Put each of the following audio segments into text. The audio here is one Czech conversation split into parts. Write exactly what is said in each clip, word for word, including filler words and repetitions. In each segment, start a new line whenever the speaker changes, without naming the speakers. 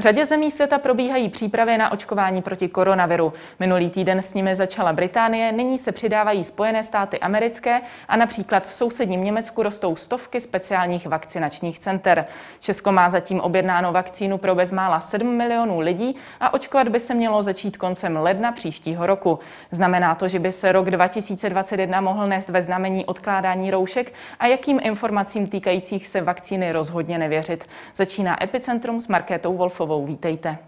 řadě zemí světa probíhají přípravy na očkování proti koronaviru. Minulý týden s nimi začala Británie, nyní se přidávají Spojené státy americké a například v sousedním Německu rostou stovky speciálních vakcinačních center. Česko má zatím objednáno vakcínu pro bezmála sedm milionů lidí a očkovat by se mělo začít koncem ledna příštího roku. Znamená to, že by se rok dva tisíce dvacet jedna mohl nést ve znamení odkládání roušek a jakým informacím týkajících se vakcíny rozhodně nevěřit. Začíná Epicentrum s Markétou Wolfovou. Vítejte.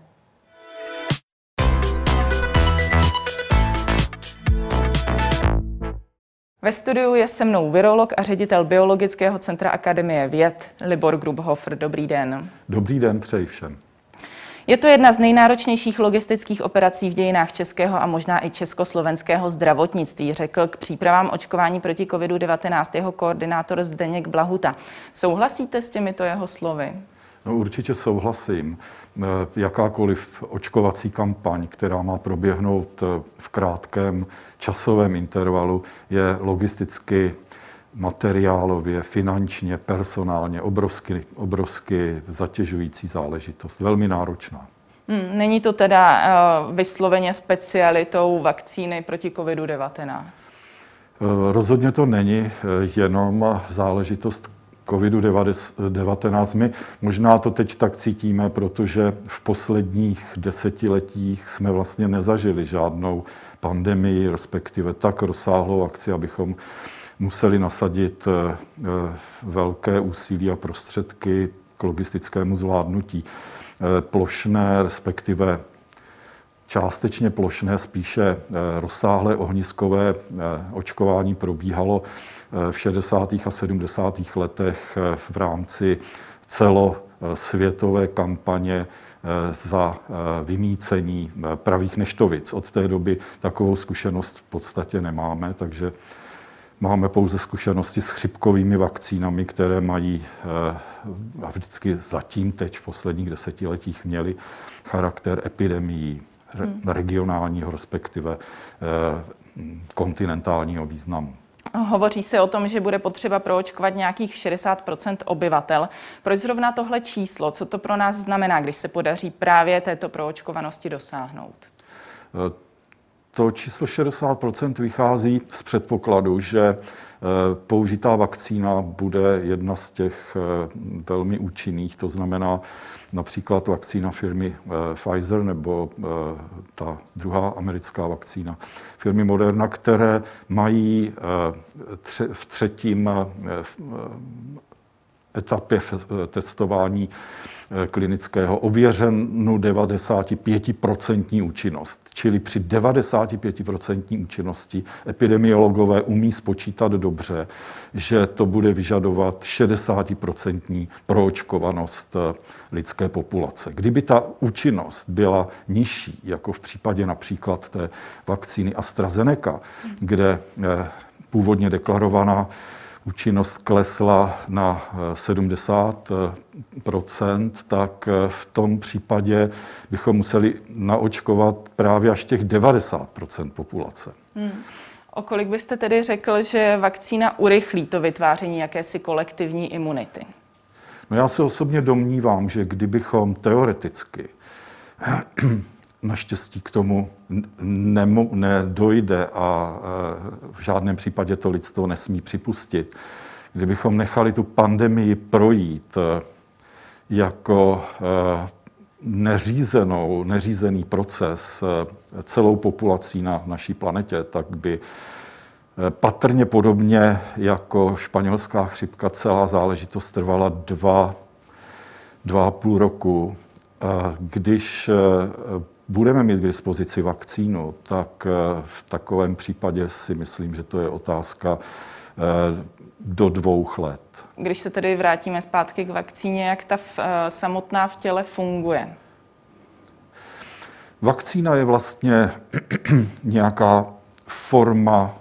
Ve studiu je se mnou virolog a ředitel Biologického centra Akademie věd Libor Grubhofer. Dobrý den.
Dobrý den, přeji všem.
Je to jedna z nejnáročnějších logistických operací v dějinách českého a možná i československého zdravotnictví, řekl k přípravám očkování proti covidu devatenáct jeho koordinátor Zdeněk Blahuta. Souhlasíte s těmito jeho slovy?
No, určitě souhlasím. Jakákoliv očkovací kampaň, která má proběhnout v krátkém časovém intervalu, je logisticky, materiálově, finančně, personálně obrovsky, obrovsky zatěžující záležitost, velmi náročná.
Hmm, není to teda uh, vysloveně specialitou vakcíny proti covidu devatenáct?
Rozhodně to není jenom záležitost covidu devatenáct. My možná to teď tak cítíme, protože v posledních desetiletích jsme vlastně nezažili žádnou pandemii, respektive tak rozsáhlou akci, abychom museli nasadit velké úsilí a prostředky k logistickému zvládnutí. Plošné, respektive částečně plošné, spíše rozsáhlé ohniskové očkování probíhalo v šedesátých a sedmdesátých letech v rámci celosvětové kampaně za vymýcení pravých neštovic. Od té doby takovou zkušenost v podstatě nemáme, takže máme pouze zkušenosti s chřipkovými vakcínami, které mají a vždycky zatím teď v posledních desetiletích měly charakter epidemií hmm. regionálního, respektive kontinentálního významu.
Hovoří se o tom, že bude potřeba proočkovat nějakých šedesát procent obyvatel. Proč zrovna tohle číslo? Co to pro nás znamená, když se podaří právě této proočkovanosti dosáhnout?
To číslo šedesát procent vychází z předpokladu, že použitá vakcína bude jedna z těch velmi účinných, to znamená například vakcína firmy Pfizer nebo ta druhá americká vakcína firmy Moderna, které mají v třetím etapě testování klinického ověřenou devadesát pět procent účinnost. Čili při devadesát pět procent účinnosti epidemiologové umí spočítat dobře, že to bude vyžadovat šedesát procent proočkovanost lidské populace. Kdyby ta účinnost byla nižší, jako v případě například té vakcíny AstraZeneca, kde původně deklarovaná účinnost klesla na sedmdesát procent, tak v tom případě bychom museli naočkovat právě až těch devadesát procent populace.
Hmm. O kolik byste tedy řekl, že vakcína urychlí to vytváření jakési kolektivní imunity?
No já se osobně domnívám, že kdybychom teoreticky naštěstí k tomu nemo, nedojde a v žádném případě to lidstvo nesmí připustit. Kdybychom nechali tu pandemii projít jako neřízenou, neřízený proces celou populací na naší planetě, tak by patrně podobně jako španělská chřipka celá záležitost trvala dva, dva a půl roku. Když budeme mít k dispozici vakcínu, tak v takovém případě si myslím, že to je otázka do dvou let.
Když se tedy vrátíme zpátky k vakcíně, jak ta v, samotná v těle funguje?
Vakcína je vlastně nějaká forma,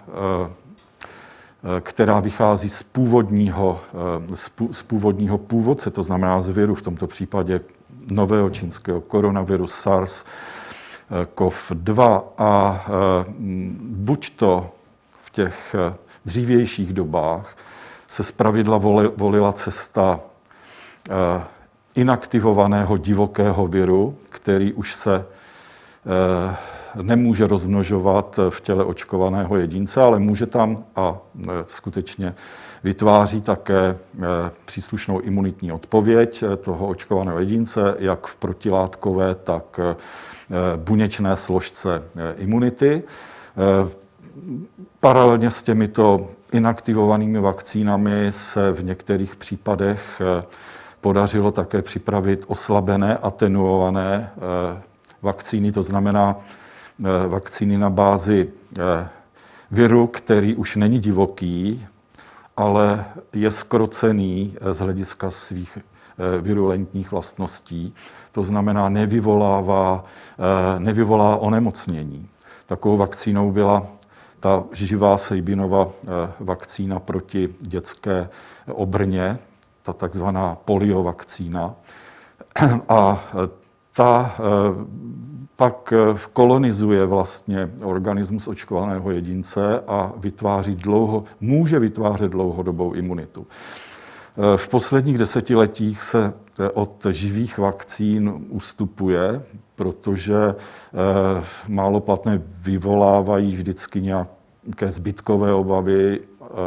která vychází z původního, z původního původce, to znamená z viru, v tomto případě nového čínského koronaviru SARS CoV dva a buď to v těch dřívějších dobách se zpravidla volila cesta inaktivovaného divokého viru, který už se nemůže rozmnožovat v těle očkovaného jedince, ale může tam a skutečně vytváří také příslušnou imunitní odpověď toho očkovaného jedince, jak v protilátkové, tak buněčné složce imunity. Paralelně s těmito inaktivovanými vakcínami se v některých případech podařilo také připravit oslabené, atenuované vakcíny, to znamená vakcíny na bázi viru, který už není divoký, ale je zkrocený z hlediska svých virulentních vlastností. To znamená, nevyvolává, nevyvolá onemocnění. Takovou vakcínou byla ta živá Sabinova vakcína proti dětské obrně, ta takzvaná poliovakcína. A ta pak kolonizuje vlastně organismus očkovaného jedince a vytváří dlouho, může vytvářet dlouhodobou imunitu. V posledních desetiletích se od živých vakcín ustupuje, protože málo platné vyvolávají vždycky nějaké zbytkové obavy,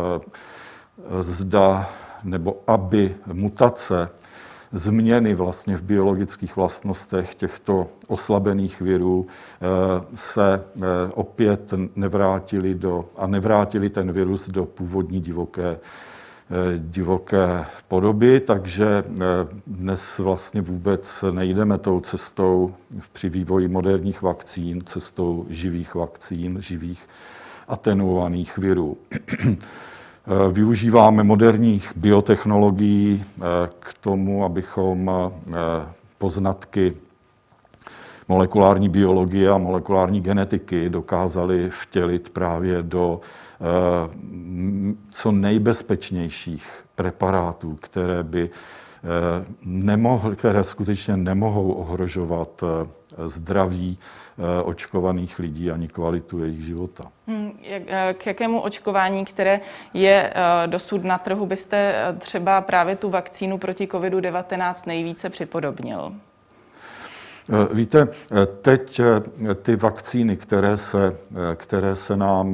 zda nebo aby mutace, změny vlastně v biologických vlastnostech těchto oslabených virů se opět nevrátily do, a nevrátili ten virus do původní divoké, divoké podoby, takže dnes vlastně vůbec nejdeme tou cestou při vývoji moderních vakcín, cestou živých vakcín, živých atenuovaných virů. Využíváme moderních biotechnologií k tomu, abychom poznatky molekulární biologie a molekulární genetiky dokázali vtělit právě do co nejbezpečnějších preparátů, které by nemohly, které skutečně nemohou ohrožovat zdraví očkovaných lidí ani kvalitu jejich života.
Hmm, jak, k jakému očkování, které je dosud na trhu, byste třeba právě tu vakcínu proti covidu devatenáct nejvíce připodobnil?
Víte, teď ty vakcíny, které se, které se nám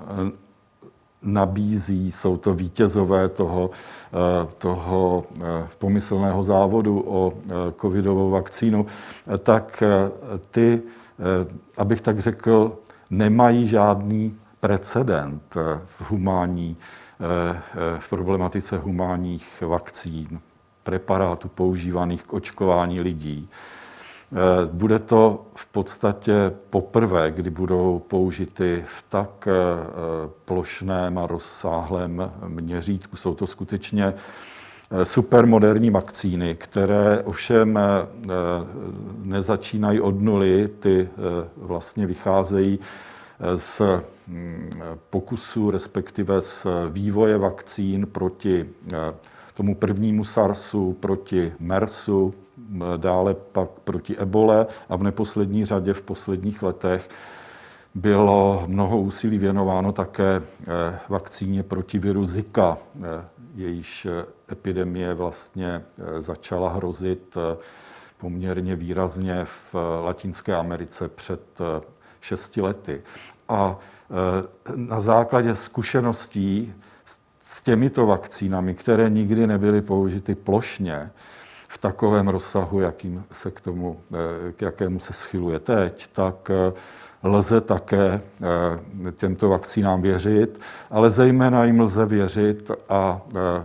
nabízí, jsou to vítězové toho, toho pomyslného závodu o covidovou vakcínu, tak ty, abych tak řekl, nemají žádný precedent v humánní, v problematice humánních vakcín, preparátů používaných k očkování lidí. Bude to v podstatě poprvé, kdy budou použity v tak plošném a rozsáhlém měřítku. Jsou to skutečně supermoderní vakcíny, které ovšem nezačínají od nuly, ty vlastně vycházejí z pokusů, respektive z vývoje vakcín proti tomu prvnímu SARSu, proti MERSu, dále pak proti ebole a v neposlední řadě v posledních letech bylo mnoho úsilí věnováno také vakcíně proti viru Zika. Jejíž epidemie vlastně začala hrozit poměrně výrazně v Latinské Americe před šesti lety. A na základě zkušeností s těmito vakcínami, které nikdy nebyly použity plošně, v takovém rozsahu, jakým se k tomu, k jakému se schyluje teď, tak lze také těmto vakcínám věřit, ale zejména jim lze věřit a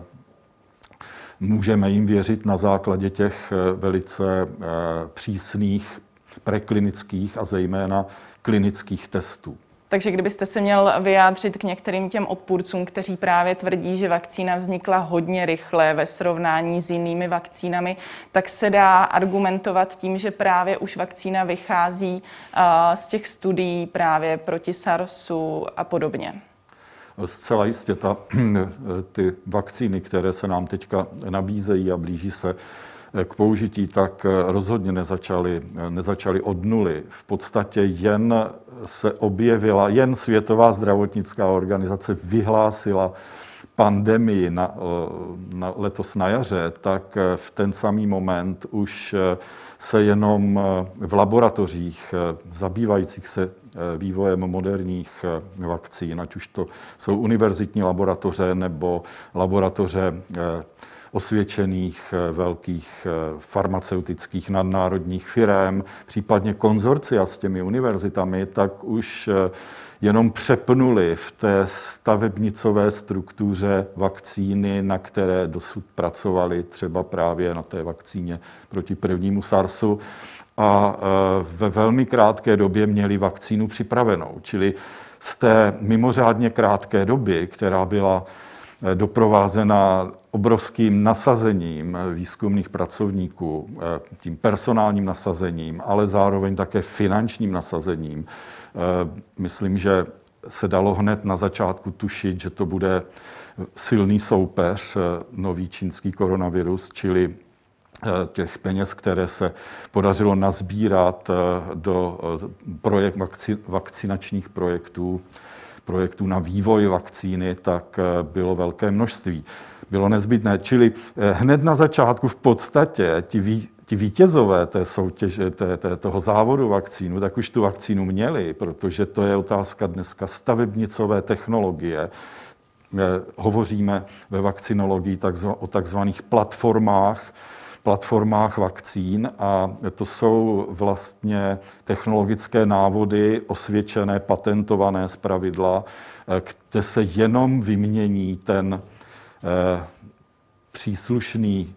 můžeme jim věřit na základě těch velice přísných preklinických a zejména klinických testů.
Takže kdybyste se měl vyjádřit k některým těm odpůrcům, kteří právě tvrdí, že vakcína vznikla hodně rychle ve srovnání s jinými vakcínami, tak se dá argumentovat tím, že právě už vakcína vychází z těch studií právě proti SARSu a podobně.
Zcela jistě ta, ty vakcíny, které se nám teďka nabízejí a blíží se k použití, tak rozhodně nezačaly, nezačaly od nuly. V podstatě jen se objevila, jen Světová zdravotnická organizace vyhlásila pandemii na, na letos na jaře, tak v ten samý moment už se jenom v laboratořích zabývajících se vývojem moderních vakcín, ať už to jsou univerzitní laboratoře nebo laboratoře osvědčených velkých farmaceutických nadnárodních firem, případně konzorcia s těmi univerzitami, tak už jenom přepnuli v té stavebnicové struktuře vakcíny, na které dosud pracovali, třeba právě na té vakcíně proti prvnímu SARSu. A ve velmi krátké době měli vakcínu připravenou. Čili z té mimořádně krátké doby, která byla doprovázena obrovským nasazením výzkumných pracovníků, tím personálním nasazením, ale zároveň také finančním nasazením. Myslím, že se dalo hned na začátku tušit, že to bude silný soupeř, nový čínský koronavirus, čili těch peněz, které se podařilo nazbírat do projekt, vakci, vakcinačních projektů, projektů na vývoj vakcíny, tak bylo velké množství. Bylo nezbytné. Čili hned na začátku v podstatě ti, ví, ti vítězové té soutěže, té, té, toho závodu vakcínu, tak už tu vakcínu měli, protože to je otázka dneska stavebnicové technologie. Hovoříme ve vakcinologii o takzvaných platformách, platformách vakcín a to jsou vlastně technologické návody, osvědčené, patentované zpravidla, kde se jenom vymění ten eh, příslušný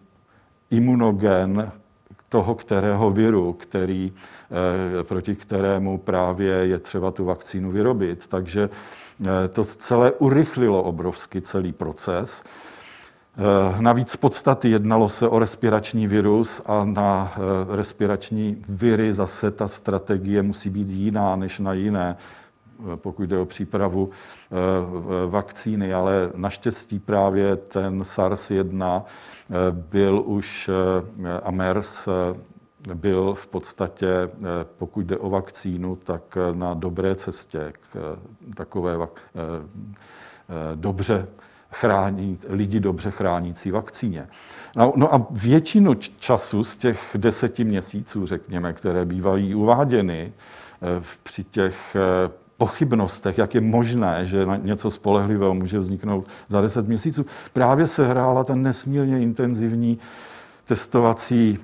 imunogen toho kterého viru, který, eh, proti kterému právě je třeba tu vakcínu vyrobit. Takže eh, to celé urychlilo obrovsky celý proces. Navíc z podstaty jednalo se o respirační virus a na respirační viry zase ta strategie musí být jiná než na jiné, pokud jde o přípravu vakcíny. Ale naštěstí právě ten SARS jedna byl už a MERS byl v podstatě, pokud jde o vakcínu, tak na dobré cestě k takové dobře chrání, lidi dobře chránící vakcíně. No, no a většinu času z těch deseti měsíců, řekněme, které bývají uváděny při těch pochybnostech, jak je možné, že něco spolehlivého může vzniknout za deset měsíců, právě se hrála ten nesmírně intenzivní testovací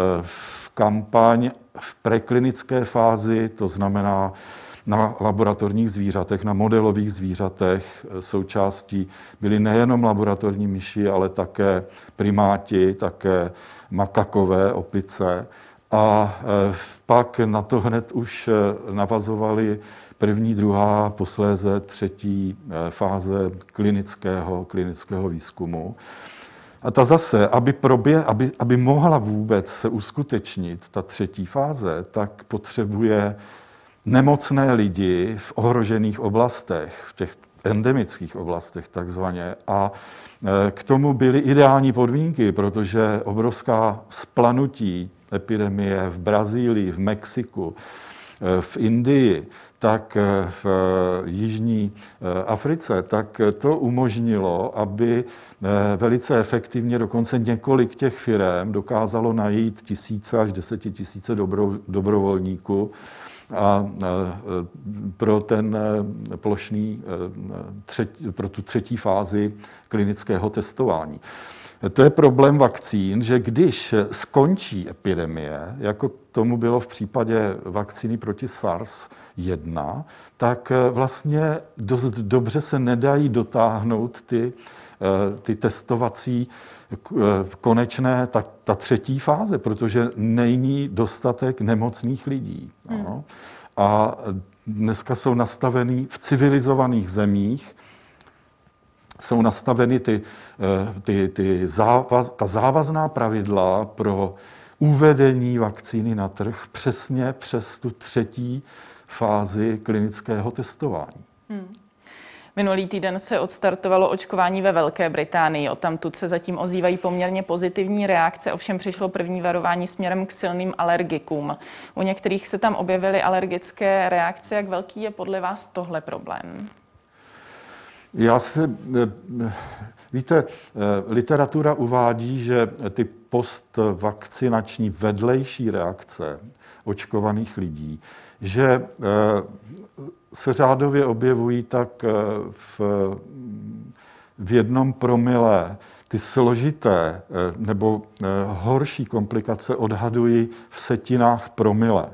kampaň v preklinické fázi, to znamená na laboratorních zvířatech, na modelových zvířatech. Součástí byly nejenom laboratorní myši, ale také primáti, také makakové opice. A pak na to hned už navazovaly první, druhá, posléze třetí fáze klinického, klinického výzkumu. A ta zase, aby, probě, aby, aby mohla vůbec se uskutečnit ta třetí fáze, tak potřebuje nemocné lidi v ohrožených oblastech, v těch endemických oblastech takzvaně. A k tomu byly ideální podmínky, protože obrovská splanutí epidemie v Brazílii, v Mexiku, v Indii, tak v jižní Africe, tak to umožnilo, aby velice efektivně dokonce několik těch firem dokázalo najít tisíce až desetitisíce dobro, dobrovolníků a pro ten plošný, třetí, pro tu třetí fázi klinického testování. To je problém vakcín, že když skončí epidemie, jako tomu bylo v případě vakcíny proti SARS jedna, tak vlastně dost dobře se nedají dotáhnout ty, ty testovací konečné, ta, ta třetí fáze, protože není dostatek nemocných lidí. Hmm. No. A dneska jsou nastaveny v civilizovaných zemích, jsou nastaveny ty, ty, ty závaz, ta závazná pravidla pro uvedení vakcíny na trh přesně přes tu třetí fázi klinického testování. Hmm.
Minulý týden se odstartovalo očkování ve Velké Británii. Odtamtud se zatím ozývají poměrně pozitivní reakce, ovšem přišlo první varování směrem k silným alergikům. U některých se tam objevily alergické reakce. Jak velký je podle vás tohle problém?
Já se, víte, literatura uvádí, že ty postvakcinační vedlejší reakce očkovaných lidí, že se řádově objevují tak v, v jednom promile. Ty složité nebo horší komplikace odhadují v setinách promile.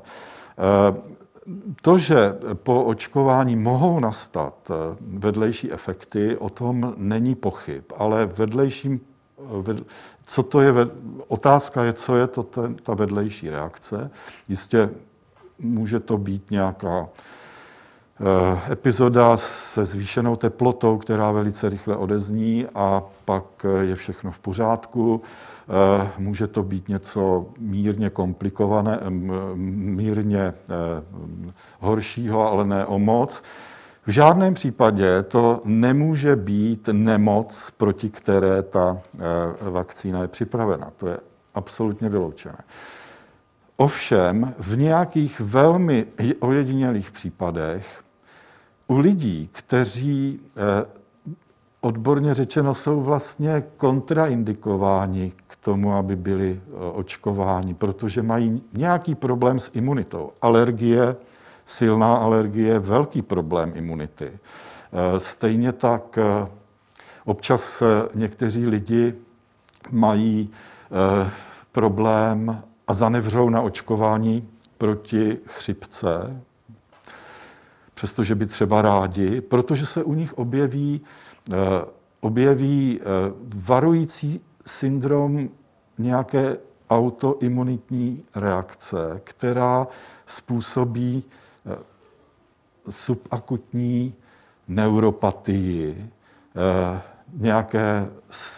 To, že po očkování mohou nastat vedlejší efekty, o tom není pochyb, ale vedlejším, co to je, otázka je, co je to ten, ta vedlejší reakce. Jistě může to být nějaká epizoda se zvýšenou teplotou, která velice rychle odezní a pak je všechno v pořádku. Může to být něco mírně komplikované, mírně horšího, ale ne o moc. V žádném případě to nemůže být nemoc, proti které ta vakcína je připravena. To je absolutně vyloučené. Ovšem, v nějakých velmi ojedinělých případech u lidí, kteří odborně řečeno jsou vlastně kontraindikováni k tomu, aby byli očkováni, protože mají nějaký problém s imunitou. Alergie, silná alergie, velký problém imunity. Stejně tak občas někteří lidi mají problém a zanevřou na očkování proti chřipce, přestože by třeba rádi, protože se u nich objeví, objeví varující syndrom nějaké autoimunitní reakce, která způsobí subakutní neuropatii, nějaké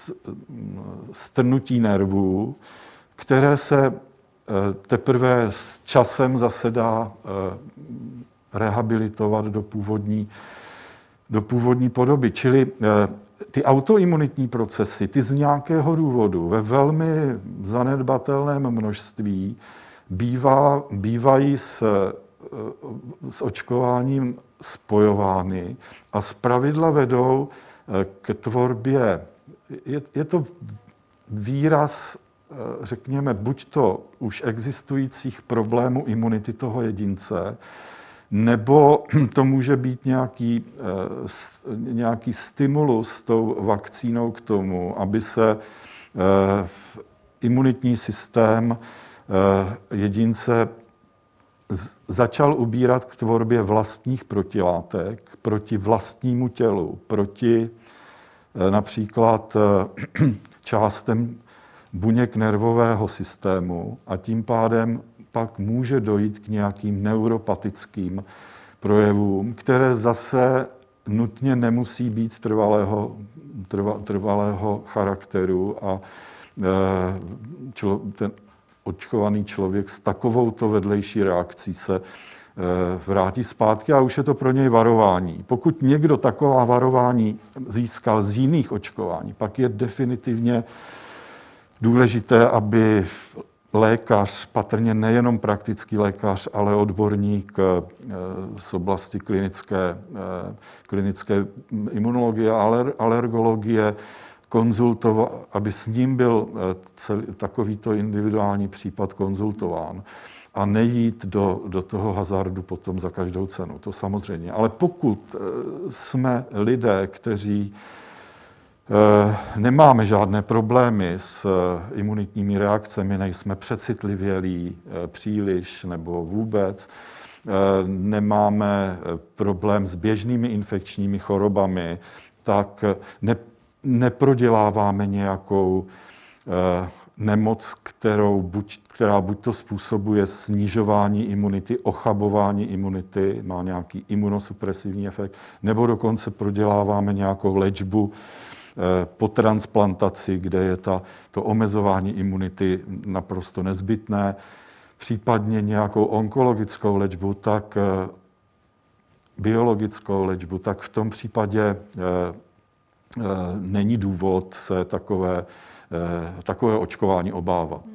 strnutí nervů, které se teprve s časem zase dá rehabilitovat do původní, do původní podoby. Čili ty autoimunitní procesy, ty z nějakého důvodu ve velmi zanedbatelném množství bývá, bývají s, s očkováním spojovány a zpravidla vedou k tvorbě, je, je to výraz, řekněme, buď to už existujících problémů imunity toho jedince, nebo to může být nějaký, nějaký stimulus s tou vakcínou k tomu, aby se imunitní systém jedince začal ubírat k tvorbě vlastních protilátek proti vlastnímu tělu, proti například částem buněk nervového systému a tím pádem pak může dojít k nějakým neuropatickým projevům, které zase nutně nemusí být trvalého, trva, trvalého charakteru a člo, ten očkovaný člověk s takovouto vedlejší reakcí se vrátí zpátky a už je to pro něj varování. Pokud někdo taková varování získal z jiných očkování, pak je definitivně důležité, aby lékař, patrně nejenom praktický lékař, ale odborník z oblasti klinické, klinické imunologie a alergologie konzultoval, aby s ním byl celý, takovýto individuální případ konzultován a nejít do, do toho hazardu potom za každou cenu. To samozřejmě. Ale pokud jsme lidé, kteří nemáme žádné problémy s imunitními reakcemi, nejsme přecitlivělí příliš nebo vůbec, nemáme problém s běžnými infekčními chorobami, tak ne, neproděláváme nějakou nemoc, kterou buď, která buď to způsobuje snižování imunity, ochabování imunity, má nějaký imunosupresivní efekt, nebo dokonce proděláváme nějakou léčbu po transplantaci, kde je ta, to omezování imunity naprosto nezbytné, případně nějakou onkologickou léčbu, tak biologickou léčbu, tak v tom případě není důvod se takové, takové očkování obávat.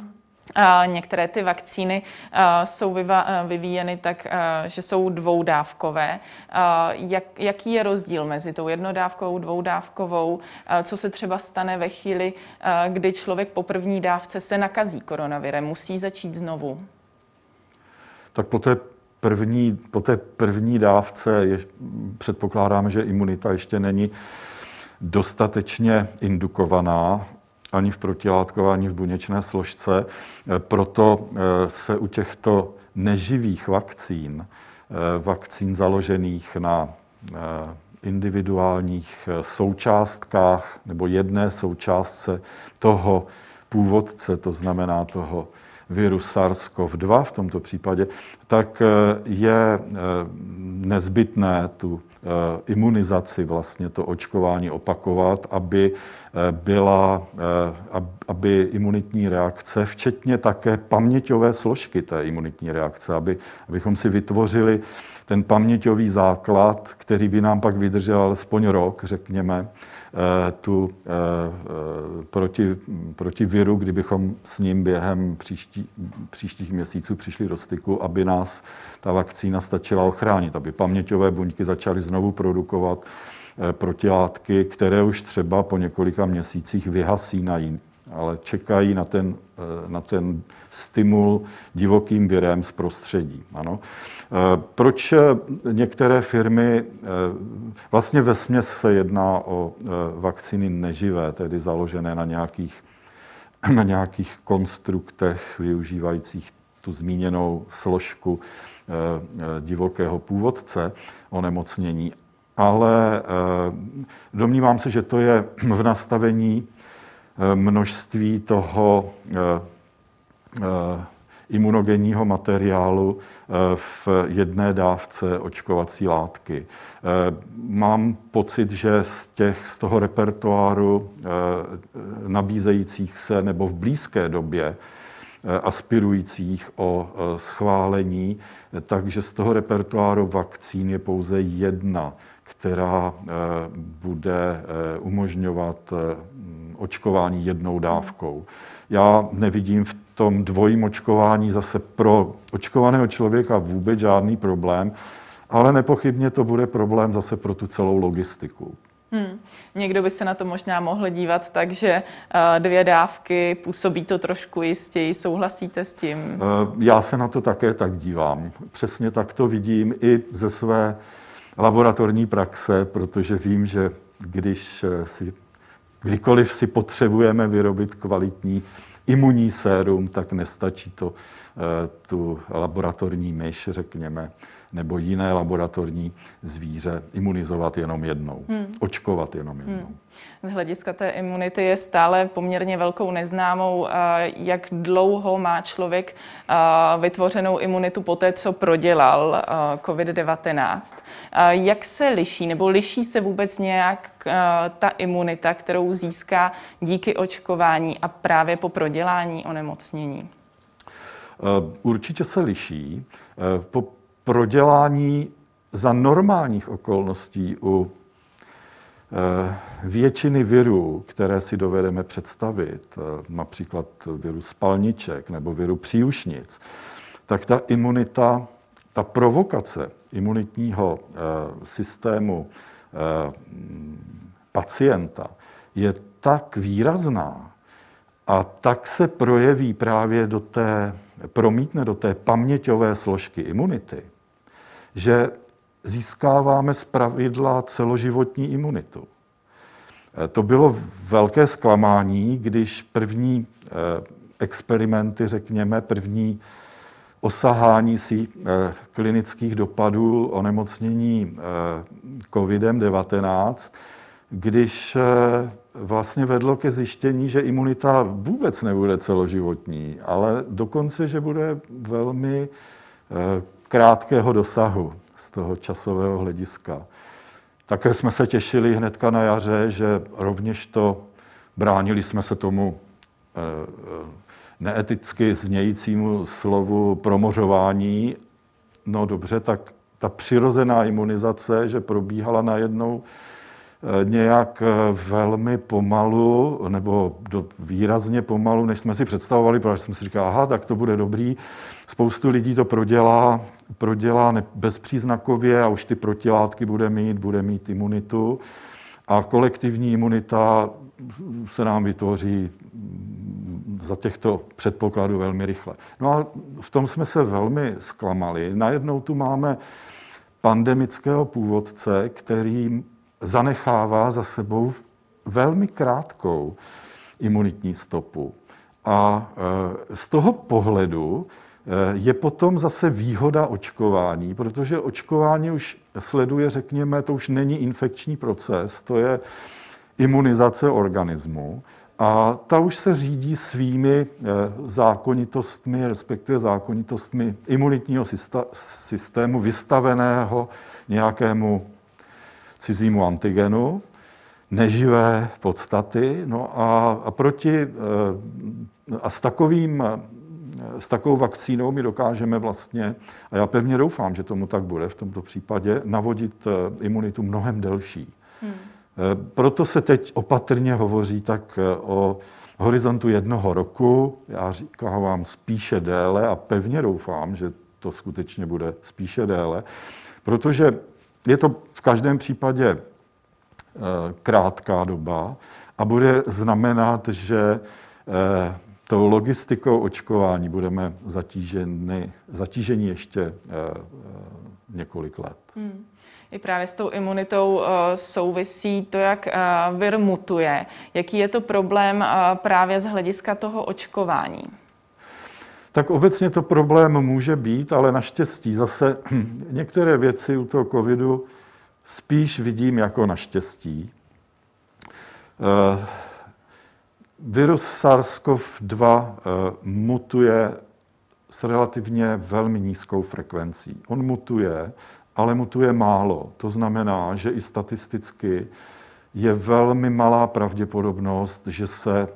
Uh, některé ty vakcíny uh, jsou vyva- uh, vyvíjeny tak, uh, že jsou dvoudávkové. Uh, jak, jaký je rozdíl mezi tou jednodávkovou, dvoudávkovou? Uh, co se třeba stane ve chvíli, uh, kdy člověk po první dávce se nakazí koronavirem? Musí začít znovu?
Tak po té první, po té první dávce je, předpokládáme, že imunita ještě není dostatečně indukovaná ani v protilátkové, ani v buněčné složce. Proto se u těchto neživých vakcín, vakcín založených na individuálních součástkách nebo jedné součástce toho původce, to znamená toho viru SARS-CoV dva v tomto případě, tak je nezbytné tu imunizaci, vlastně to očkování opakovat, aby byla, aby imunitní reakce, včetně také paměťové složky té imunitní reakce, aby, abychom si vytvořili ten paměťový základ, který by nám pak vydržel alespoň rok, řekněme, tu proti, proti viru, kdybychom s ním během příští, příštích měsíců přišli do styku, aby nás ta vakcína stačila ochránit, aby paměťové buňky začaly znovu produkovat protilátky, které už třeba po několika měsících vyhasínají, ale čekají na ten, na ten stimul divokým virem z prostředí. Ano. Proč některé firmy, vlastně vesměs se jedná o vakcíny neživé, tedy založené na nějakých, na nějakých konstruktech využívajících tu zmíněnou složku divokého původce onemocnění, ale domnívám se, že to je v nastavení množství toho imunogenního materiálu v jedné dávce očkovací látky. Mám pocit, že z, těch, z toho repertoáru nabízejících se nebo v blízké době aspirujících o schválení, takže z toho repertoáru vakcín je pouze jedna, která bude umožňovat očkování jednou dávkou. Já nevidím v tom dvojím očkování zase pro očkovaného člověka vůbec žádný problém, ale nepochybně to bude problém zase pro tu celou logistiku.
Hmm. Někdo by se na to možná mohl dívat tak, že dvě dávky působí to trošku jistěji. Souhlasíte s tím?
Já se na to také tak dívám. Přesně tak to vidím i ze své laboratorní praxe, protože vím, že když si, kdykoliv si potřebujeme vyrobit kvalitní imunní sérum, tak nestačí to tu laboratorní myš, řekněme, nebo jiné laboratorní zvíře imunizovat jenom jednou, hmm. očkovat jenom jednou. Hmm.
Z hlediska té imunity je stále poměrně velkou neznámou, jak dlouho má člověk vytvořenou imunitu po té, co prodělal covid devatenáct. Jak se liší, nebo liší se vůbec nějak ta imunita, kterou získá díky očkování a právě po prodělání onemocnění?
Určitě se liší. Po prodělání za normálních okolností u většiny virů, které si dovedeme představit, například viru spalniček nebo viru příušnic, tak ta imunita, ta provokace imunitního systému pacienta je tak výrazná a tak se projeví právě do té, promítne do té paměťové složky imunity, že získáváme zpravidla celoživotní imunitu. To bylo velké zklamání, když první experimenty, řekněme, první osahání si klinických dopadů onemocnění covid devatenáct, když vlastně vedlo ke zjištění, že imunita vůbec nebude celoživotní, ale dokonce, že bude velmi krátkého dosahu z toho časového hlediska. Také jsme se těšili hnedka na jaře, že rovněž to bránili jsme se tomu neeticky znějícímu slovu promořování. No dobře, tak ta přirozená imunizace, že probíhala najednou nějak velmi pomalu, nebo do, výrazně pomalu, než jsme si představovali, protože jsme si říkali, aha, tak to bude dobrý. Spoustu lidí to prodělá, prodělá bezpříznakově a už ty protilátky bude mít, bude mít imunitu. A kolektivní imunita se nám vytvoří za těchto předpokladů velmi rychle. No a v tom jsme se velmi zklamali. Najednou tu máme pandemického původce, který zanechává za sebou velmi krátkou imunitní stopu. A z toho pohledu je potom zase výhoda očkování, protože očkování už sleduje, řekněme, to už není infekční proces, to je imunizace organismu a ta už se řídí svými zákonitostmi, respektive zákonitostmi imunitního systému vystaveného nějakému cizímu antigenu, neživé podstaty. No a, a proti a s takovým S takovou vakcínou my dokážeme vlastně, a já pevně doufám, že tomu tak bude v tomto případě, navodit imunitu mnohem delší. Hmm. Proto se teď opatrně hovoří tak o horizontu jednoho roku. Já říkám vám spíše déle a pevně doufám, že to skutečně bude spíše déle, protože je to v každém případě krátká doba a bude znamenat, že tou logistikou očkování budeme zatíženi, zatíženi ještě e, e, několik let. Hmm.
I právě s tou imunitou e, souvisí to, jak e, vir mutuje. Jaký je to problém e, právě z hlediska toho očkování?
Tak obecně to problém může být, ale naštěstí zase některé věci u toho covidu spíš vidím jako naštěstí. E, Virus SARS-CoV dva mutuje s relativně velmi nízkou frekvencí. On mutuje, ale mutuje málo. To znamená, že i statisticky je velmi malá pravděpodobnost, že se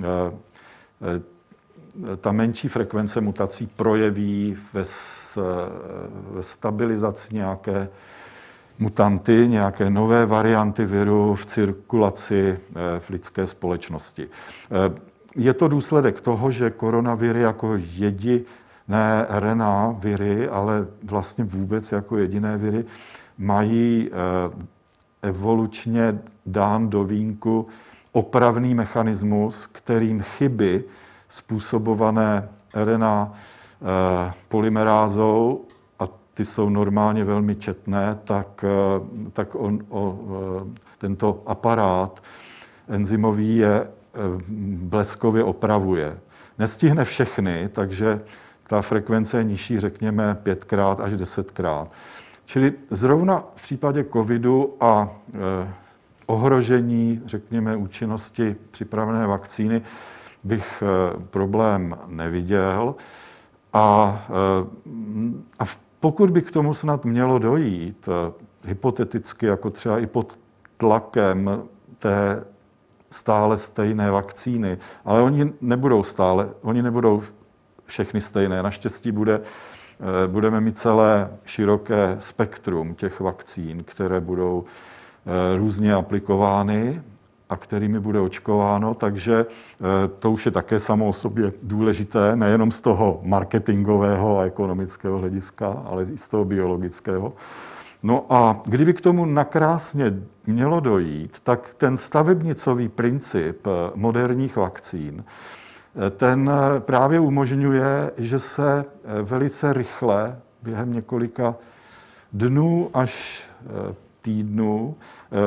ta menší frekvence mutací projeví ve, ve stabilizaci nějaké mutanty, nějaké nové varianty viru v cirkulaci v lidské společnosti. Je to důsledek toho, že koronaviry jako jediné R N A viry, ale vlastně vůbec jako jediné viry, mají evolučně dán do vínku opravný mechanismus, kterým chyby způsobované R N A polymerázou, ty jsou normálně velmi četné, tak, tak on, o, tento aparát enzymový je bleskově opravuje. Nestihne všechny, takže ta frekvence je nižší, řekněme, pětkrát až desetkrát. Čili zrovna v případě covidu a e, ohrožení, řekněme, účinnosti připravené vakcíny bych e, problém neviděl. A, e, a v Pokud by k tomu snad mělo dojít, hypoteticky jako třeba i pod tlakem té stále stejné vakcíny, ale oni nebudou stále, oni nebudou všechny stejné. Naštěstí bude, budeme mít celé široké spektrum těch vakcín, které budou různě aplikovány a kterými bude očkováno, takže to už je také samo o sobě důležité, nejenom z toho marketingového a ekonomického hlediska, ale i z toho biologického. No a kdyby k tomu nakrásně mělo dojít, tak ten stavebnicový princip moderních vakcín, ten právě umožňuje, že se velice rychle, během několika dnů až týdnů,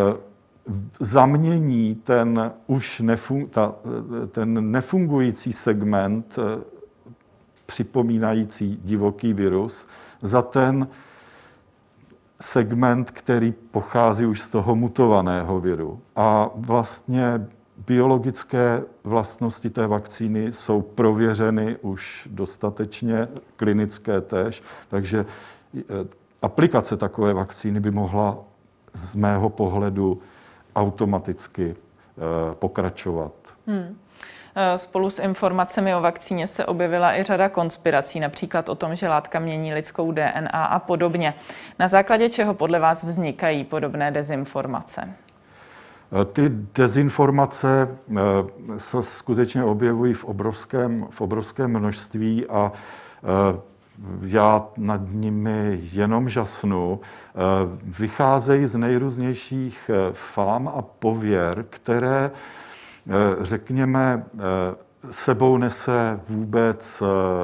zamění ten už nefun, ta, ten nefungující segment připomínající divoký virus za ten segment, který pochází už z toho mutovaného viru. A vlastně biologické vlastnosti té vakcíny jsou prověřeny už dostatečně, klinické též, takže aplikace takové vakcíny by mohla z mého pohledu automaticky pokračovat. Hmm.
Spolu s informacemi o vakcíně se objevila i řada konspirací, například o tom, že látka mění lidskou D N A a podobně. Na základě čeho podle vás vznikají podobné dezinformace?
Ty dezinformace se skutečně objevují v obrovském, v obrovském množství a já nad nimi jenom žasnu. Vycházejí z nejrůznějších fám a pověr, které, řekněme, sebou nese vůbec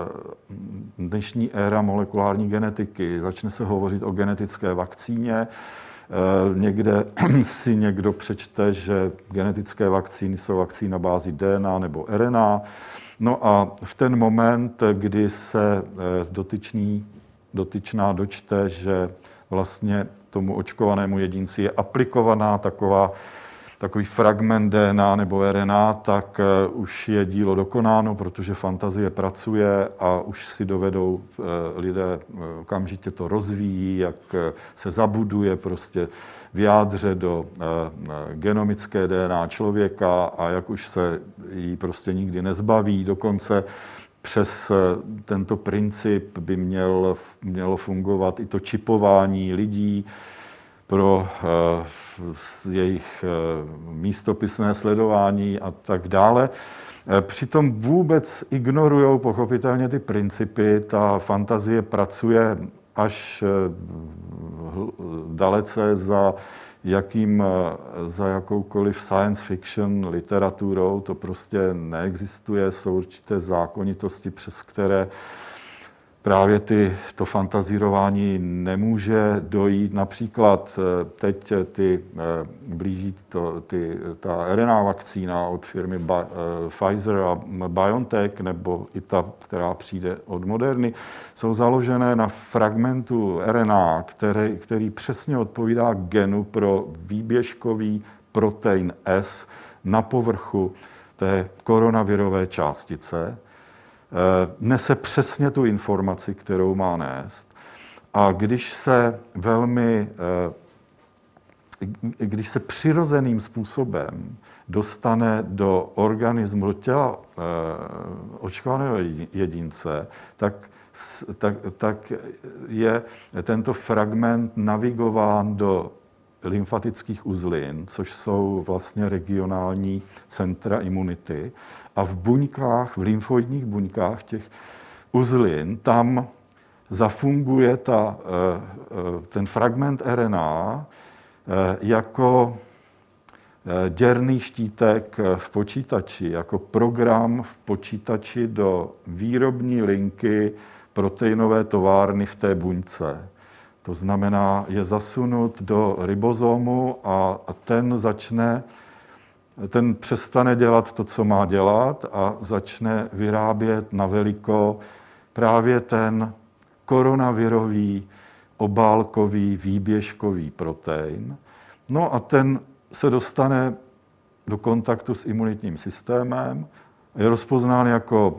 dnešní éra molekulární genetiky. Začne se hovořit o genetické vakcíně. Někde si někdo přečte, že genetické vakcíny jsou vakcíny na bázi D N A nebo R N A. No a v ten moment, kdy se dotyčný, dotyčná dočte, že vlastně tomu očkovanému jedinci je aplikovaná taková, takový fragment D N A nebo R N A, tak už je dílo dokonáno, protože fantazie pracuje a už si dovedou lidé okamžitě to rozvíjí, jak se zabuduje prostě v jádře do genomické D N A člověka a jak už se jí prostě nikdy nezbaví. Dokonce přes tento princip by měl, mělo fungovat i to čipování lidí pro uh, jejich uh, místopisné sledování a tak dále. Přitom vůbec ignorují pochopitelně ty principy. Ta fantazie pracuje až uh, dalece za, jakým, uh, za jakoukoliv science fiction literaturou. To prostě neexistuje. Jsou určité zákonitosti, přes které právě ty, to fantazírování nemůže dojít. Například teď ty blíží to, ty, ta R N A vakcína od firmy Bi, Pfizer a BioNTech, nebo i ta, která přijde od Moderny, jsou založené na fragmentu R N A, který, který přesně odpovídá genu pro výběžkový protein S na povrchu té koronavirové částice. Nese přesně tu informaci, kterou má nést. A když se velmi, když se přirozeným způsobem dostane do organismu, do těla očkovaného jedince, tak, tak, tak je tento fragment navigován do lymfatických uzlin, což jsou vlastně regionální centra imunity. A v buňkách, v lymfoidních buňkách těch uzlin, tam zafunguje ta, ten fragment R N A jako děrný štítek v počítači, jako program v počítači do výrobní linky proteinové továrny v té buňce. To znamená, je zasunut do ribozomu a ten začne, ten přestane dělat to, co má dělat a začne vyrábět na veliko právě ten koronavirový, obálkový, výběžkový protein. No a ten se dostane do kontaktu s imunitním systémem, je rozpoznán jako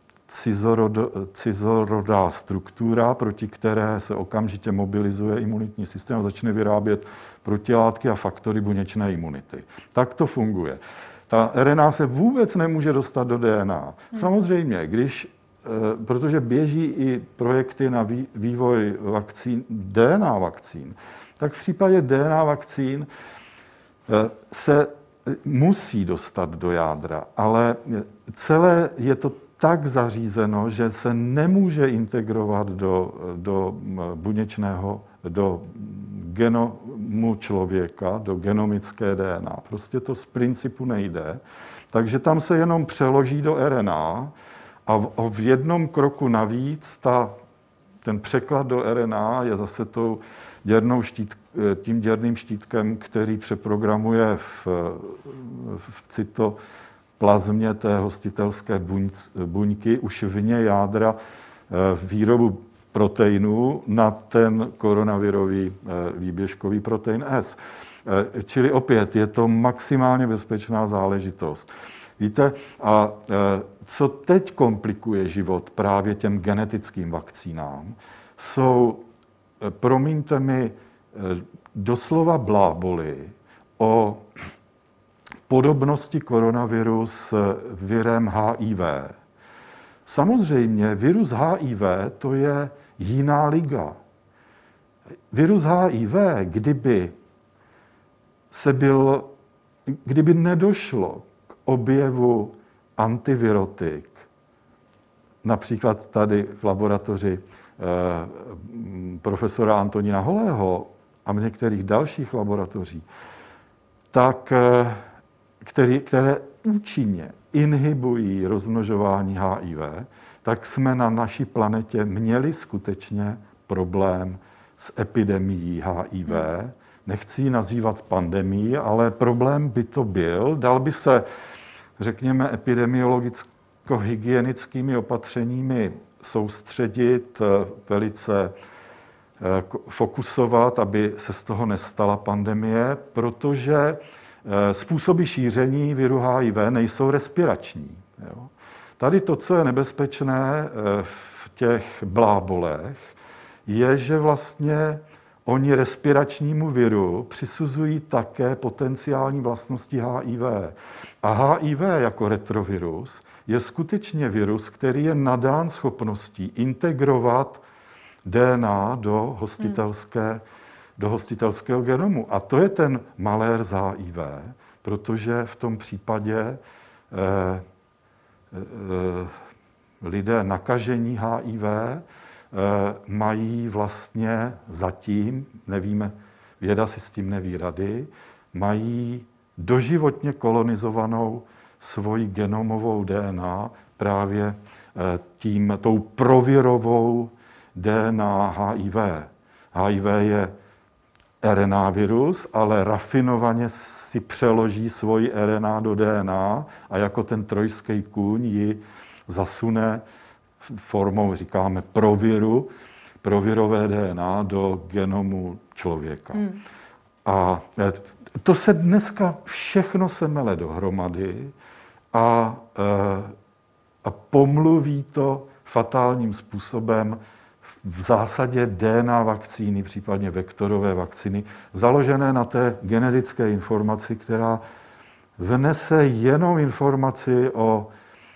cizorodá struktura, proti které se okamžitě mobilizuje imunitní systém a začne vyrábět protilátky a faktory buněčné imunity. Tak to funguje. Ta R N A se vůbec nemůže dostat do D N A. Hmm. Samozřejmě, když, protože běží i projekty na vývoj vakcín, D N A vakcín, tak v případě D N A vakcín se musí dostat do jádra, ale celé je to tak zařízeno, že se nemůže integrovat do, do buněčného, do genomu člověka, do genomické D N A. Prostě to z principu nejde. Takže tam se jenom přeloží do R N A a v, v jednom kroku navíc ta, ten překlad do R N A je zase tou děrnou štít, tím děrným štítkem, který přeprogramuje v, v cyto plazmě té hostitelské buňky už vně jádra výrobu proteinů na ten koronavirový výběžkový protein S. Čili opět je to maximálně bezpečná záležitost. Víte, a co teď komplikuje život právě těm genetickým vakcínám, jsou, promiňte mi, doslova bláboli o podobnosti koronaviru s virem H I V. Samozřejmě virus H I V to je jiná liga. Virus H I V, kdyby se byl kdyby nedošlo k objevu antivirotik, například tady v laboratoři eh, profesora Antonína Holého a v některých dalších laboratořích, tak, eh, který, které účinně inhibují rozmnožování H I V, tak jsme na naší planetě měli skutečně problém s epidemií H I V. Nechci ji nazývat pandemií, ale problém by to byl. Dal by se, řekněme, epidemiologicko-hygienickými opatřeními soustředit, velice fokusovat, aby se z toho nestala pandemie, protože způsoby šíření viru H I V nejsou respirační. Jo. Tady to, co je nebezpečné v těch blábolech, je, že vlastně oni respiračnímu viru přisuzují také potenciální vlastnosti H I V. A H I V jako retrovirus je skutečně virus, který je nadán schopností integrovat D N A do hostitelské, hmm. do hostitelského genomu. A to je ten malér z H I V, protože v tom případě eh, eh, lidé nakažení H I V eh, mají vlastně zatím, nevíme, věda si s tím neví rady, mají doživotně kolonizovanou svoji genomovou D N A právě eh, tím, tou provirovou D N A H I V. H I V je R N A virus, ale rafinovaně si přeloží svoji R N A do D N A a jako ten trojský kůň ji zasune formou, říkáme, proviru, provirové D N A do genomu člověka. Hmm. A to se dneska všechno se mele dohromady a, a pomluví to fatálním způsobem v zásadě D N A vakcíny, případně vektorové vakcíny, založené na té genetické informaci, která vnese jenom informaci o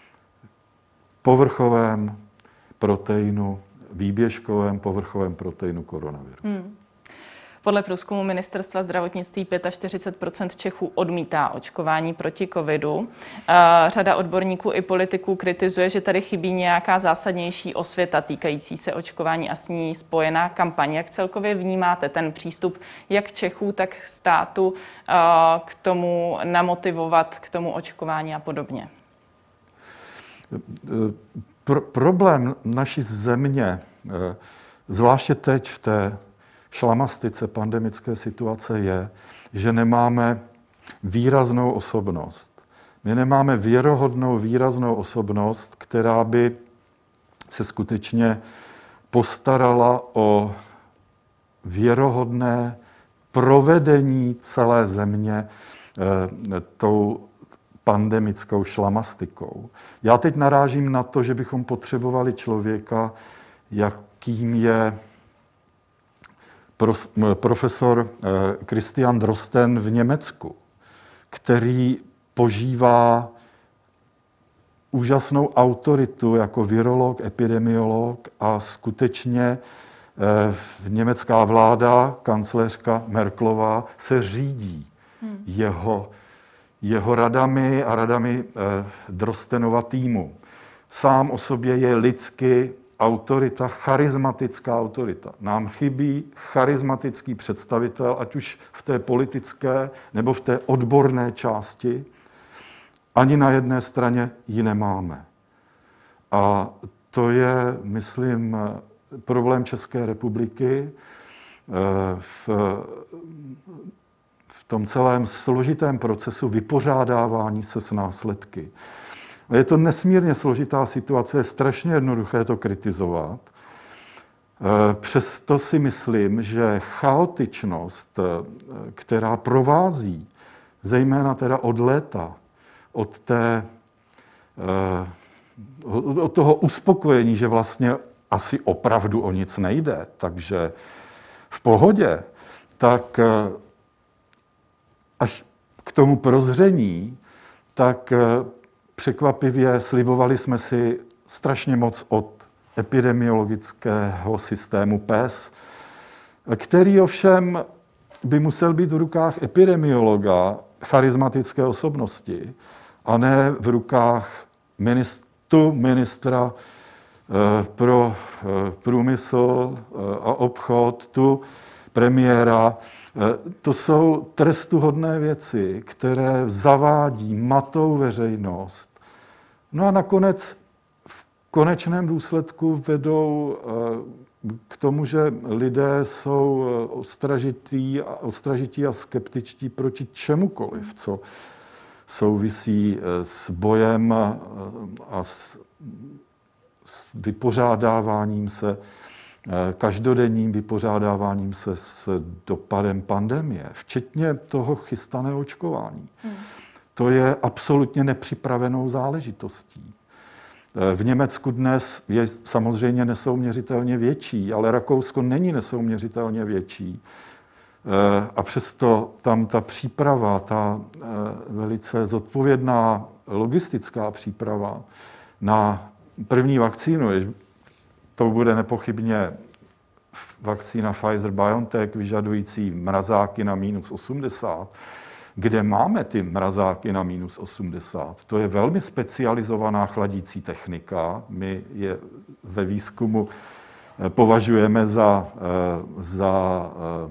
povrchovém proteinu, výběžkovém povrchovém proteinu koronaviru. Hmm.
Podle průzkumu Ministerstva zdravotnictví čtyřicet pět procent Čechů odmítá očkování proti covidu. Řada odborníků i politiků kritizuje, že tady chybí nějaká zásadnější osvěta týkající se očkování a s ní spojená kampaň. Jak celkově vnímáte ten přístup jak Čechů, tak státu k tomu namotivovat, k tomu očkování a podobně?
Pro, problém naší země, zvláště teď v té šlamastice pandemické situace, je, že nemáme výraznou osobnost. My nemáme věrohodnou výraznou osobnost, která by se skutečně postarala o věrohodné provedení celé země eh, tou pandemickou šlamastikou. Já teď narážím na to, že bychom potřebovali člověka, jakým je profesor Christian Drosten v Německu, který požívá úžasnou autoritu jako virolog, epidemiolog a skutečně německá vláda, kancléřka Merkelová, se řídí hmm. jeho, jeho radami a radami Drostenova týmu. Sám o sobě je lidsky autorita, charismatická autorita. Nám chybí charismatický představitel, ať už v té politické nebo v té odborné části. Ani na jedné straně ji nemáme. A to je, myslím, problém České republiky v, v tom celém složitém procesu vypořádávání se s následky. Je to nesmírně složitá situace, je strašně jednoduché to kritizovat. Přesto si myslím, že chaotičnost, která provází, zejména teda od léta, od, té, od toho uspokojení, že vlastně asi opravdu o nic nejde, takže v pohodě, tak až k tomu prozření, tak překvapivě slibovali jsme si strašně moc od epidemiologického systému P E S, který ovšem by musel být v rukách epidemiologa charismatické osobnosti a ne v rukách ministru, ministra pro průmysl a obchod, tu premiéra. To jsou trestuhodné věci, které zavádí, matou veřejnost. No a nakonec v konečném důsledku vedou k tomu, že lidé jsou ostražití a, ostražití a skeptičtí proti čemukoliv, co souvisí s bojem a s, s vypořádáváním se, každodenním vypořádáváním se s dopadem pandemie, včetně toho chystaného očkování. Hmm. To je absolutně nepřipravenou záležitostí. V Německu dnes je samozřejmě nesouměřitelně větší, ale Rakousko není nesouměřitelně větší. A přesto tam ta příprava, ta velice zodpovědná logistická příprava na první vakcínu, to bude nepochybně vakcína Pfizer-BioNTech vyžadující mrazáky na minus osmdesát, kde máme ty mrazáky na minus osmdesát. To je velmi specializovaná chladící technika. My je ve výzkumu považujeme za, za,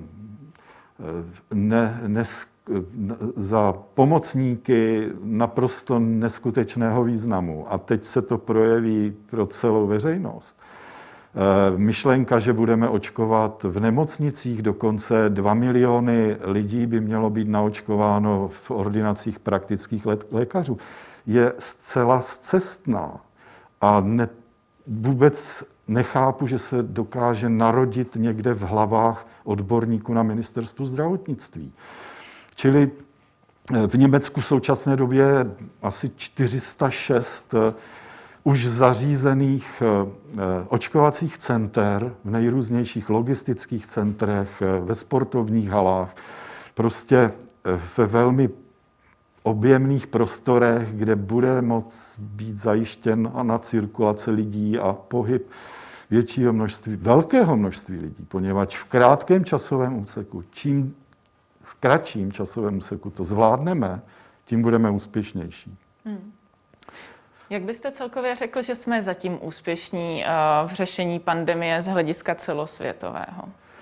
ne, nes, za pomocníky naprosto neskutečného významu. A teď se to projeví pro celou veřejnost. Myšlenka, že budeme očkovat v nemocnicích, dokonce dva miliony lidí by mělo být naočkováno v ordinacích praktických lékařů, je zcela scestná. A ne, vůbec nechápu, že se dokáže narodit někde v hlavách odborníků na ministerstvu zdravotnictví. Čili v Německu v současné době asi čtyři sta šest už zařízených očkovacích center v nejrůznějších logistických centrech, ve sportovních halách, prostě ve velmi objemných prostorech, kde bude moct být zajištěna cirkulace lidí a pohyb většího množství, velkého množství lidí, poněvadž v krátkém časovém úseku, čím v kratším časovém úseku to zvládneme, tím budeme úspěšnější. Hmm.
Jak byste celkově řekl, že jsme zatím úspěšní v řešení pandemie z hlediska celosvětového?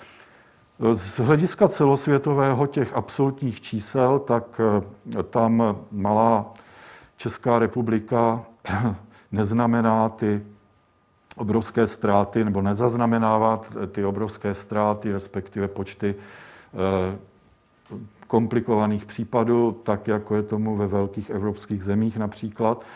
Z hlediska celosvětového těch absolutních čísel, tak tam malá Česká republika neznamená ty obrovské ztráty, nebo nezaznamenává ty obrovské ztráty, respektive počty komplikovaných případů, tak jako je tomu ve velkých evropských zemích například.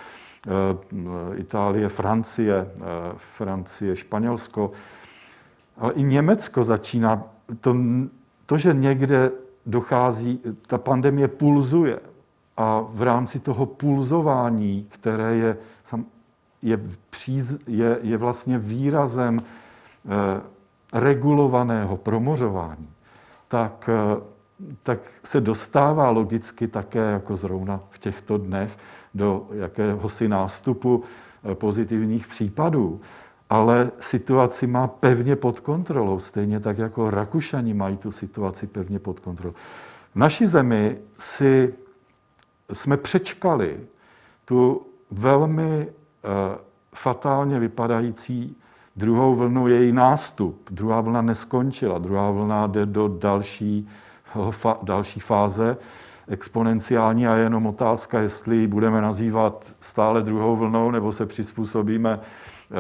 Itálie, Francie, Francie, Španělsko, ale i Německo začíná, to, to, že někde dochází, ta pandemie pulzuje a v rámci toho pulzování, které je, je, příz, je, je vlastně výrazem eh, regulovaného promořování, tak, eh, tak se dostává logicky také jako zrovna v těchto dnech do jakéhosi nástupu pozitivních případů. Ale situaci má pevně pod kontrolou, stejně tak jako Rakušani mají tu situaci pevně pod kontrolou. V naší zemi si, jsme přečkali tu velmi uh, fatálně vypadající druhou vlnu, její nástup. Druhá vlna neskončila, druhá vlna jde do další, fa, další fáze, exponenciální, a je jenom otázka, jestli ji budeme nazývat stále druhou vlnou, nebo se přizpůsobíme eh,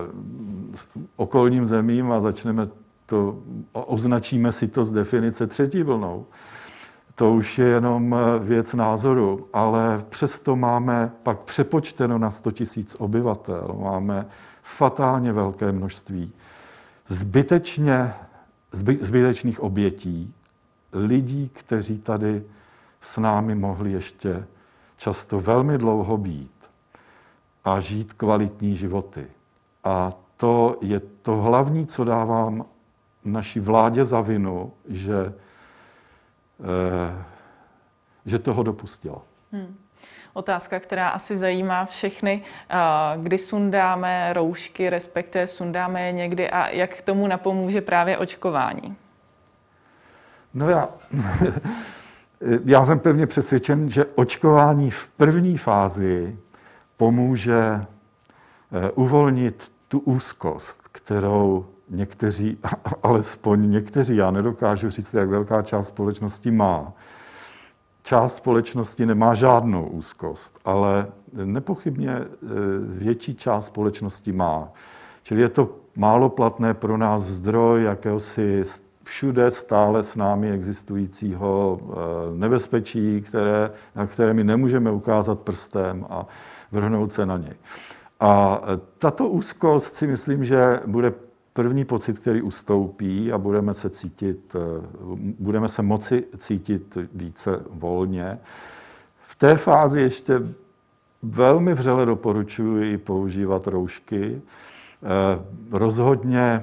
okolním zemím a začneme to, označíme si to z definice třetí vlnou. To už je jenom věc názoru, ale přesto máme pak přepočteno na sto tisíc obyvatel, máme fatálně velké množství zbytečně, zby, zbytečných obětí, lidí, kteří tady s námi mohli ještě často velmi dlouho být a žít kvalitní životy. A to je to hlavní, co dávám naší vládě za vinu, že, eh, že toho dopustila.
Hmm. Otázka, která asi zajímá všechny, kdy sundáme roušky, respektive sundáme je někdy a jak k tomu napomůže právě očkování?
No já... já jsem pevně přesvědčen, že očkování v první fázi pomůže uvolnit tu úzkost, kterou někteří, alespoň někteří, já nedokážu říct, jak velká část společnosti má. Část společnosti nemá žádnou úzkost, ale nepochybně větší část společnosti má. Čili je to málo platné pro nás zdroj jakéhosi všude stále s námi existujícího nebezpečí, které, na které my nemůžeme ukázat prstem a vrhnout se na něj. A tato úzkost si myslím, že bude první pocit, který ustoupí a budeme se cítit, budeme se moci cítit více volně. V té fázi ještě velmi vřele doporučuji používat roušky. Rozhodně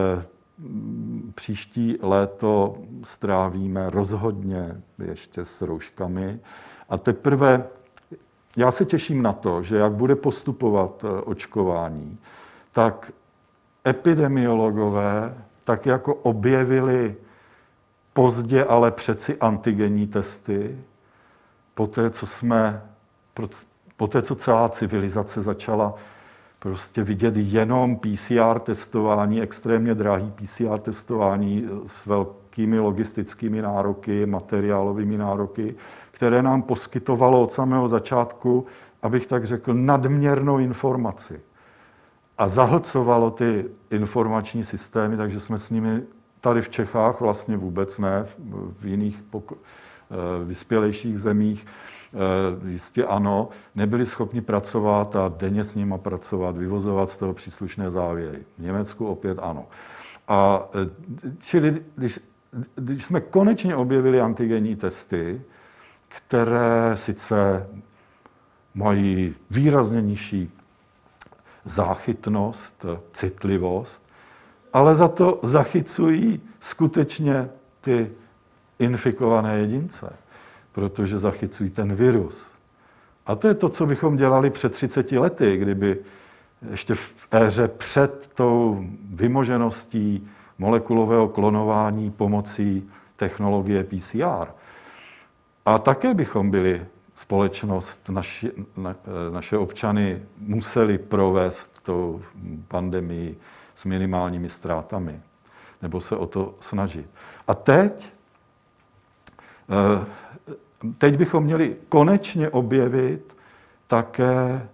příští léto strávíme rozhodně ještě s rouškami. A teprve já se těším na to, že jak bude postupovat očkování, tak epidemiologové tak jako objevili pozdě, ale přeci antigenní testy, poté, co jsme, poté, co celá civilizace začala prostě vidět jenom P C R testování, extrémně drahý P C R testování s velkými logistickými nároky, materiálovými nároky, které nám poskytovalo od samého začátku, abych tak řekl, nadměrnou informaci. A zahlcovalo ty informační systémy, takže jsme s nimi tady v Čechách, vlastně vůbec ne, v jiných poko- vyspělejších zemích, jistě ano, nebyli schopni pracovat a denně s nima pracovat, vyvozovat z toho příslušné závěry. V Německu opět ano. A čili když, když jsme konečně objevili antigenní testy, které sice mají výrazně nižší záchytnost, citlivost, ale za to zachycují skutečně ty infikované jedince, protože zachycují ten virus. A to je to, co bychom dělali před třiceti lety, kdyby ještě v éře před tou vymožeností molekulového klonování pomocí technologie P C R. A také bychom byli společnost, naši, na, naše občany museli provést tou pandemii s minimálními ztrátami, nebo se o to snažit. A teď, teď bychom měli konečně objevit také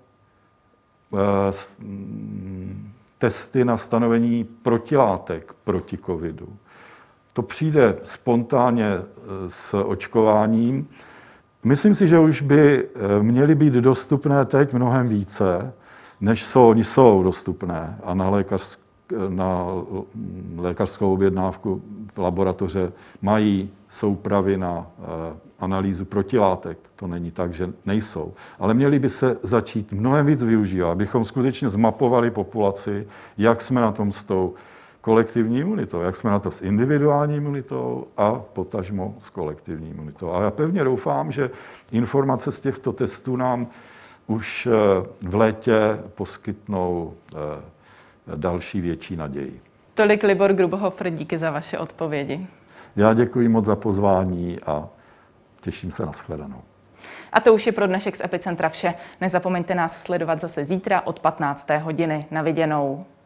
testy na stanovení protilátek proti covidu. To přijde spontánně s očkováním. Myslím si, že už by měly být dostupné teď mnohem více, než jsou, oni jsou dostupné a na, lékařsk, na lékařskou objednávku v laboratoře mají soupravy na analýzu protilátek. To není tak, že nejsou. Ale měly by se začít mnohem víc využívat, abychom skutečně zmapovali populaci, jak jsme na tom s tou kolektivní imunitou, jak jsme na to s individuální imunitou a potažmo s kolektivní imunitou. A já pevně doufám, že informace z těchto testů nám už v létě poskytnou další větší naději.
Tolik Libor Grubohofer, díky za vaše odpovědi.
Já děkuji moc za pozvání a těším se na shledanou.
A to už je pro dnešek z Epicentra vše. Nezapomeňte nás sledovat zase zítra od patnácté hodiny. Na viděnou.